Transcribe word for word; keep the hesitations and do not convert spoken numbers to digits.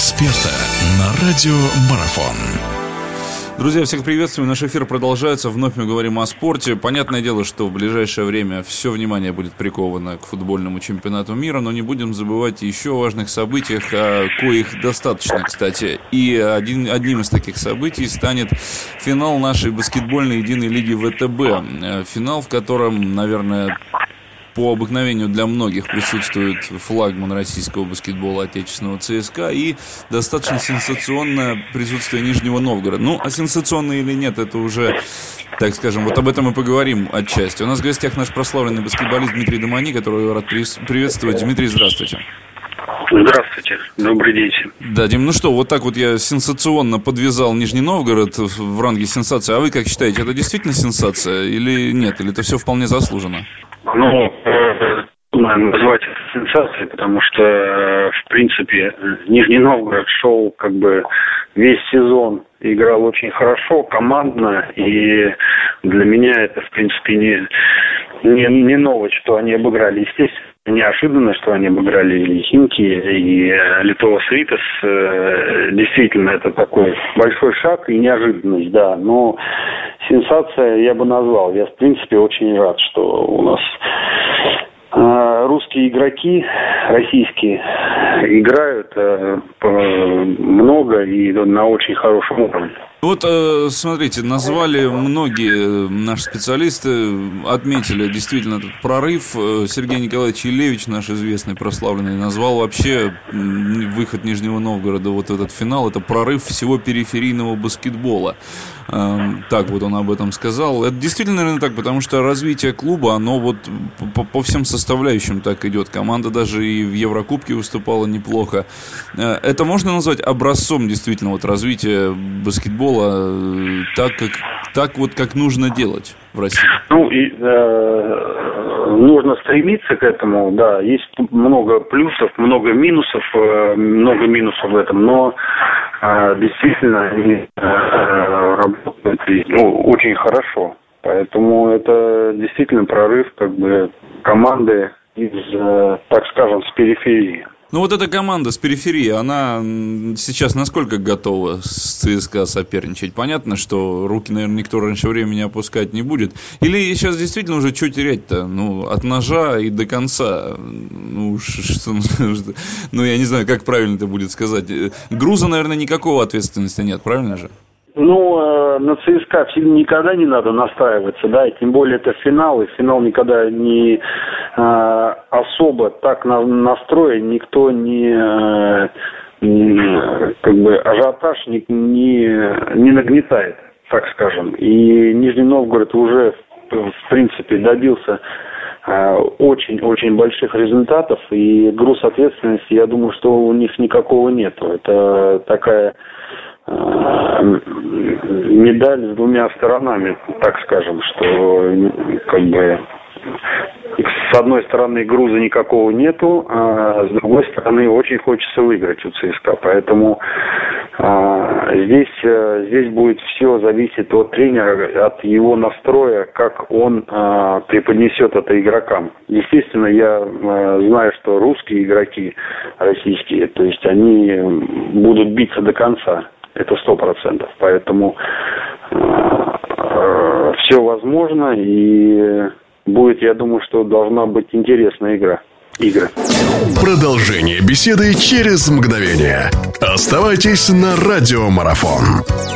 эксперта на радио Марафон. Друзья, всех приветствую. Наш эфир продолжается. Вновь мы говорим о спорте. Понятное дело, что в ближайшее время все внимание будет приковано к футбольному чемпионату мира, но не будем забывать еще о важных событиях, о коих достаточно, кстати. И один, одним из таких событий станет финал нашей баскетбольной единой лиги ВТБ. Финал, в котором, наверное, по обыкновению для многих присутствует флагман российского баскетбола отечественного ЦСКА и достаточно сенсационное присутствие Нижнего Новгорода. Ну, а сенсационно или нет, это уже, так скажем, вот об этом мы поговорим отчасти. У нас в гостях наш прославленный баскетболист Дмитрий Домани, которого я рад приветствовать. Дмитрий, здравствуйте. Здравствуйте, добрый день. Да, Дим, ну что, вот так вот я сенсационно подвязал Нижний Новгород в ранге сенсации. А вы как считаете, это действительно сенсация или нет? Или это все вполне заслуженно? Ну, трудно назвать это сенсацией, потому что, в принципе, Нижний Новгород шел как бы весь сезон, играл очень хорошо, командно, и для меня это, в принципе, не, не, не новость, что они обыграли, естественно. Неожиданно, что они обыграли и Химки, и Литовос Ритас. Действительно, это такой большой шаг и неожиданность, да. Но сенсация я бы назвал. Я, в принципе, очень рад, что у нас русские игроки, российские, играют много и на очень хорошем уровне. Вот, смотрите, назвали многие наши специалисты, отметили действительно этот прорыв. Сергей Николаевич Илевич, наш известный, прославленный, назвал вообще выход Нижнего Новгорода, вот этот финал, это прорыв всего периферийного баскетбола. Так вот он об этом сказал. Это действительно, наверное, так, потому что развитие клуба, оно вот по, по всем составляющим так идет. Команда даже и в Еврокубке выступала неплохо. Это можно назвать образцом действительно вот развития баскетбола так, как, так вот, как нужно делать в России? Ну, и, э, нужно стремиться к этому, да. Есть много плюсов, много минусов, э, много минусов в этом, но э, действительно они э, работают ну, очень хорошо. Поэтому это действительно прорыв как бы команды из, э, так скажем, с периферии. Ну вот эта команда с периферии, она сейчас насколько готова с ЦСКА соперничать? Понятно, что руки, наверное, никто раньше времени опускать не будет. Или сейчас действительно уже что терять-то? Ну, от ножа и до конца. Ну, что, ну я не знаю, как правильно это будет сказать. Груза, наверное, никакого ответственности нет, правильно же? Ну, э, на ЦСКА никогда не надо настраиваться, да, и тем более это финал, и финал никогда не э, особо так на, настроен, никто не, э, не как бы ажиотаж не, не, не нагнетает, так скажем. И Нижний Новгород уже, в принципе, добился очень-очень больших результатов, и груз ответственности, я думаю, что у них никакого нету. Это такая медаль с двумя сторонами, так скажем, что как бы с одной стороны груза никакого нету, а с другой стороны очень хочется выиграть у ЦСКА, поэтому а, здесь, здесь будет все зависеть от тренера, от его настроя, как он а, преподнесет это игрокам. Естественно, я а, знаю, что русские игроки, российские, то есть они будут биться до конца. Это сто процентов. Поэтому э, э, все возможно, и будет, я думаю, что должна быть интересная игра. Игры. Продолжение беседы через мгновение. Оставайтесь на радио Марафон.